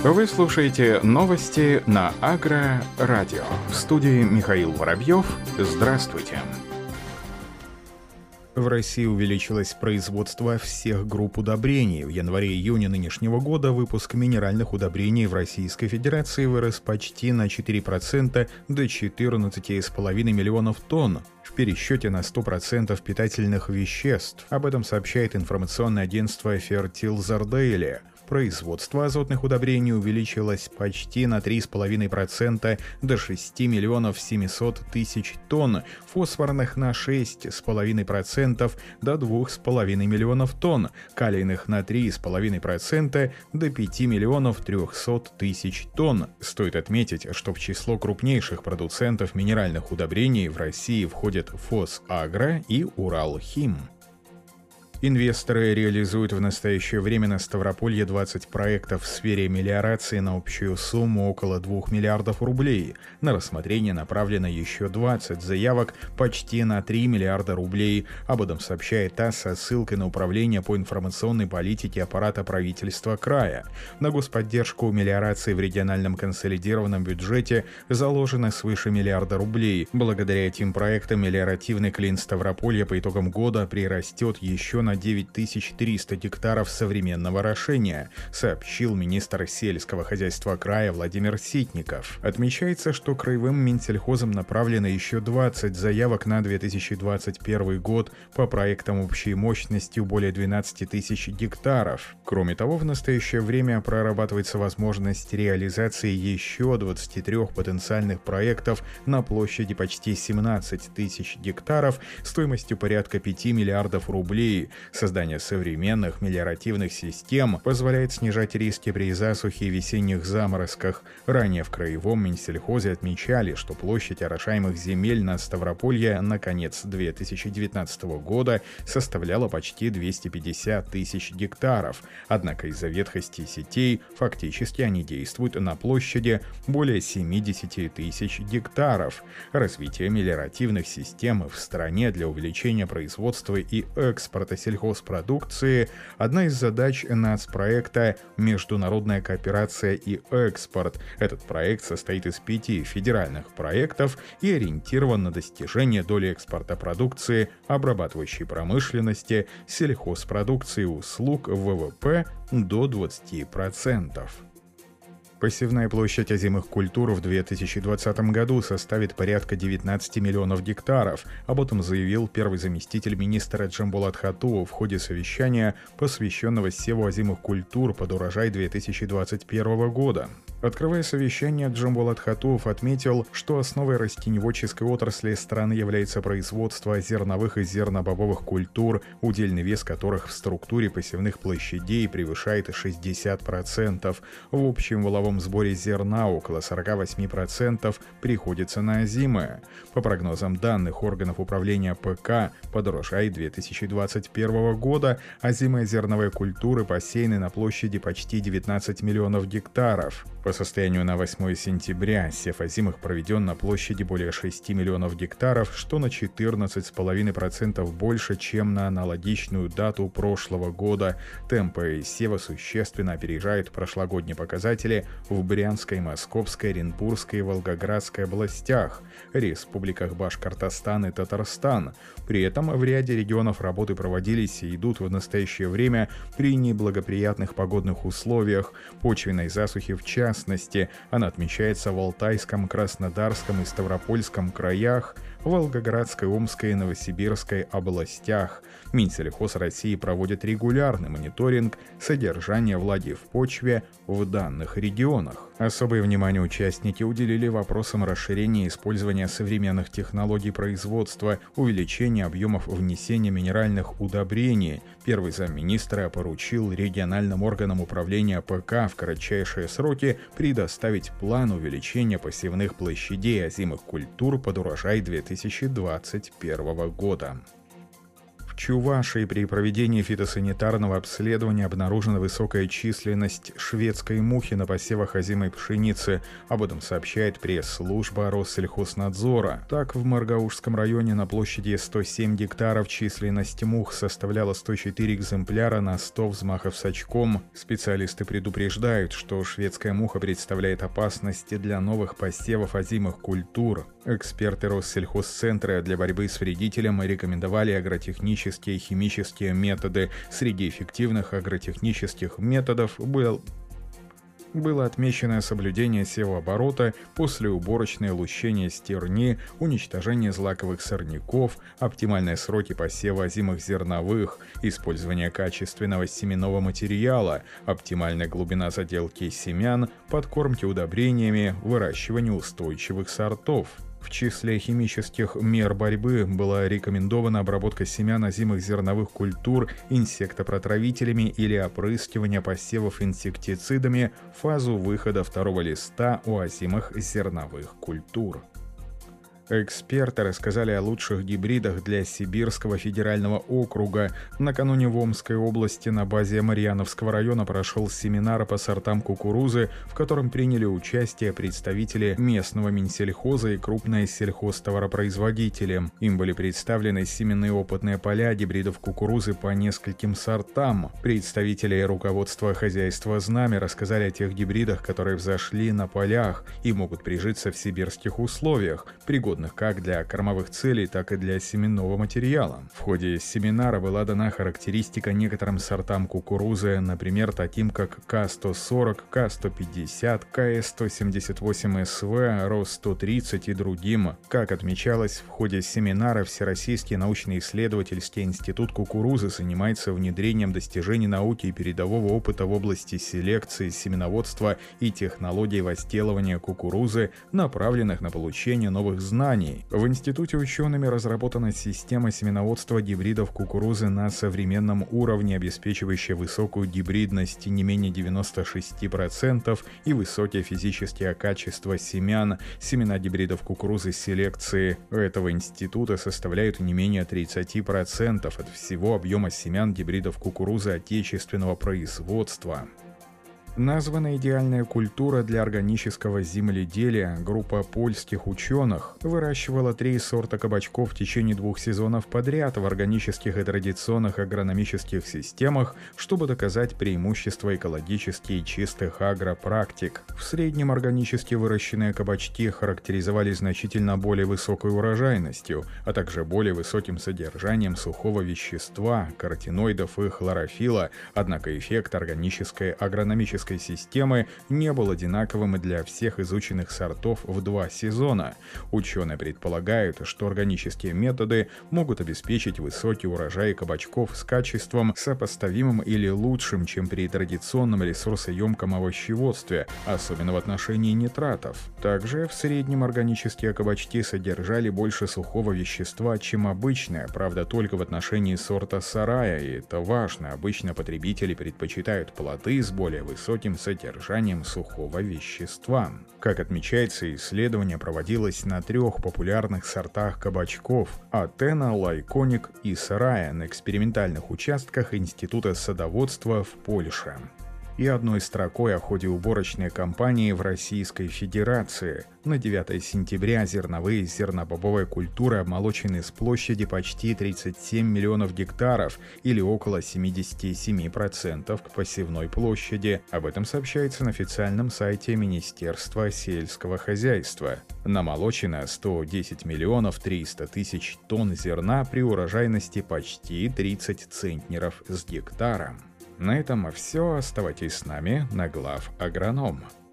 Вы слушаете новости на Агро-радио. В студии Михаил Воробьев. Здравствуйте. В России увеличилось производство всех групп удобрений. В январе-июне нынешнего года выпуск минеральных удобрений в Российской Федерации вырос почти на 4% до 14,5 миллионов тонн. В пересчете на 100% питательных веществ. Об этом сообщает информационное агентство Fertile Daily. Производство азотных удобрений увеличилось почти на 3,5% до 6 миллионов 700 тысяч тонн, фосфорных на 6,5% до 2,5 миллионов тонн, калийных на 3,5% до 5 миллионов 300 тысяч тонн. Стоит отметить, что в число крупнейших продуцентов минеральных удобрений в России входят Фосагро и Уралхим. Инвесторы реализуют в настоящее время на Ставрополье 20 проектов в сфере мелиорации на общую сумму около 2 миллиардов рублей. На рассмотрение направлено еще 20 заявок почти на 3 миллиарда рублей. Об этом сообщает ТАСС со ссылкой на Управление по информационной политике аппарата правительства края. На господдержку мелиорации в региональном консолидированном бюджете заложено свыше миллиарда рублей. Благодаря этим проектам мелиоративный клин Ставрополья по итогам года прирастет еще на 9300 гектаров современного орошения, сообщил министр сельского хозяйства края Владимир Ситников. Отмечается, что краевым Минсельхозом направлено еще 20 заявок на 2021 год по проектам общей мощностью более 12 тысяч гектаров. Кроме того, в настоящее время прорабатывается возможность реализации еще 23 потенциальных проектов на площади почти 17 тысяч гектаров стоимостью порядка 5 миллиардов рублей. Создание современных мелиоративных систем позволяет снижать риски при засухе и весенних заморозках. Ранее в краевом Минсельхозе отмечали, что площадь орошаемых земель на Ставрополье на конец 2019 года составляла почти 250 тысяч гектаров. Однако из-за ветхости сетей фактически они действуют на площади более 70 тысяч гектаров. Развитие мелиоративных систем в стране для увеличения производства и экспорта сельхозпродукции – одна из задач нацпроекта «Международная кооперация и экспорт». Этот проект состоит из 5 федеральных проектов и ориентирован на достижение доли экспорта продукции, обрабатывающей промышленности, сельхозпродукции и услуг в ВВП до 20%. Посевная площадь озимых культур в 2020 году составит порядка 19 миллионов гектаров. Об этом заявил первый заместитель министра Джамбулат Хатуов в ходе совещания, посвященного севу озимых культур под урожай 2021 года. Открывая совещание, Джамбулат Хатуов отметил, что основой растеневодческой отрасли страны является производство зерновых и зернобобовых культур, удельный вес которых в структуре посевных площадей превышает 60%. В общем валовом сборе зерна около 48% приходится на озимое. По прогнозам данных органов управления ПК, под урожай 2021 года озимые зерновые культуры посеяны на площади почти 19 миллионов гектаров. По состоянию на 8 сентября сев озимых проведен на площади более 6 миллионов гектаров, что на 14,5% больше, чем на аналогичную дату прошлого года. Темпы сева существенно опережают прошлогодние показатели в Брянской, Московской, Оренбургской и Волгоградской областях, республиках Башкортостан и Татарстан. При этом в ряде регионов работы проводились и идут в настоящее время при неблагоприятных погодных условиях, почвенной засухи в частности. Она отмечается в Алтайском, Краснодарском и Ставропольском краях, в Волгоградской, Омской и Новосибирской областях. Минсельхоз России проводит регулярный мониторинг содержания влаги в почве в данных регионах. Особое внимание участники уделили вопросам расширения использования современных технологий производства, увеличения объемов внесения минеральных удобрений. Первый замминистра поручил региональным органам управления ПК в кратчайшие сроки предоставить план увеличения посевных площадей озимых культур под урожай 2021 года. В Чувашии при проведении фитосанитарного обследования обнаружена высокая численность шведской мухи на посевах озимой пшеницы. Об этом сообщает пресс-служба Россельхознадзора. Так, в Маргаушском районе на площади 107 гектаров численность мух составляла 104 экземпляра на 100 взмахов с очком. Специалисты предупреждают, что шведская муха представляет опасность для новых посевов озимых культур. Эксперты Россельхозцентра для борьбы с вредителем рекомендовали агротехнические и химические методы. Среди эффективных агротехнических методов было отмечено соблюдение севооборота, послеуборочное лущение стерни, уничтожение злаковых сорняков, оптимальные сроки посева озимых зерновых, использование качественного семенного материала, оптимальная глубина заделки семян, подкормки удобрениями, выращивание устойчивых сортов. В числе химических мер борьбы была рекомендована обработка семян озимых зерновых культур инсектопротравителями или опрыскивание посевов инсектицидами в фазу выхода второго листа у озимых зерновых культур. Эксперты рассказали о лучших гибридах для Сибирского федерального округа. Накануне в Омской области на базе Марьяновского района прошел семинар по сортам кукурузы, в котором приняли участие представители местного Минсельхоза и крупные сельхозтоваропроизводители. Им были представлены семенные опытные поля гибридов кукурузы по нескольким сортам. Представители руководства хозяйства «Знамя» рассказали о тех гибридах, которые взошли на полях и могут прижиться в сибирских условиях, пригодных как для кормовых целей, так и для семенного материала. В ходе семинара была дана характеристика некоторым сортам кукурузы, например, таким как К140, К150, КС178СВ, РОС-130 и другим. Как отмечалось, в ходе семинара Всероссийский научно-исследовательский институт кукурузы занимается внедрением достижений науки и передового опыта в области селекции, семеноводства и технологий возделывания кукурузы, направленных на получение новых знаний. В институте учеными разработана система семеноводства гибридов кукурузы на современном уровне, обеспечивающая высокую гибридность не менее 96% и высокие физические качества семян. Семена гибридов кукурузы селекции этого института составляют не менее 30% от всего объема семян гибридов кукурузы отечественного производства. Названа идеальная культура для органического земледелия. Группа польских ученых выращивала 3 сорта кабачков в течение 2 сезонов подряд в органических и традиционных агрономических системах, чтобы доказать преимущества экологически и чистых агропрактик. В среднем органически выращенные кабачки характеризовались значительно более высокой урожайностью, а также более высоким содержанием сухого вещества, каротиноидов и хлорофилла, однако эффект органической агрономической системы не был одинаковым и для всех изученных сортов в 2 сезона. Ученые предполагают, что органические методы могут обеспечить высокий урожай кабачков с качеством, сопоставимым или лучшим, чем при традиционном ресурсоемком овощеводстве, особенно в отношении нитратов. Также в среднем органические кабачки содержали больше сухого вещества, чем обычные, правда, только в отношении сорта сарая, и это важно. Обычно потребители предпочитают плоды с более высоким содержанием сухого вещества. Как отмечается, исследование проводилось на 3 популярных сортах кабачков – Атена, Лайконик и Сарая на экспериментальных участках Института садоводства в Польше. И одной строкой о ходе уборочной кампании в Российской Федерации. На 9 сентября зерновые и зернобобовые культуры обмолочены с площади почти 37 миллионов гектаров или около 77% к посевной площади. Об этом сообщается на официальном сайте Министерства сельского хозяйства. Намолочено 110 миллионов 300 тысяч тонн зерна при урожайности почти 30 центнеров с гектара. На этом все. Оставайтесь с нами на Глав Агроном.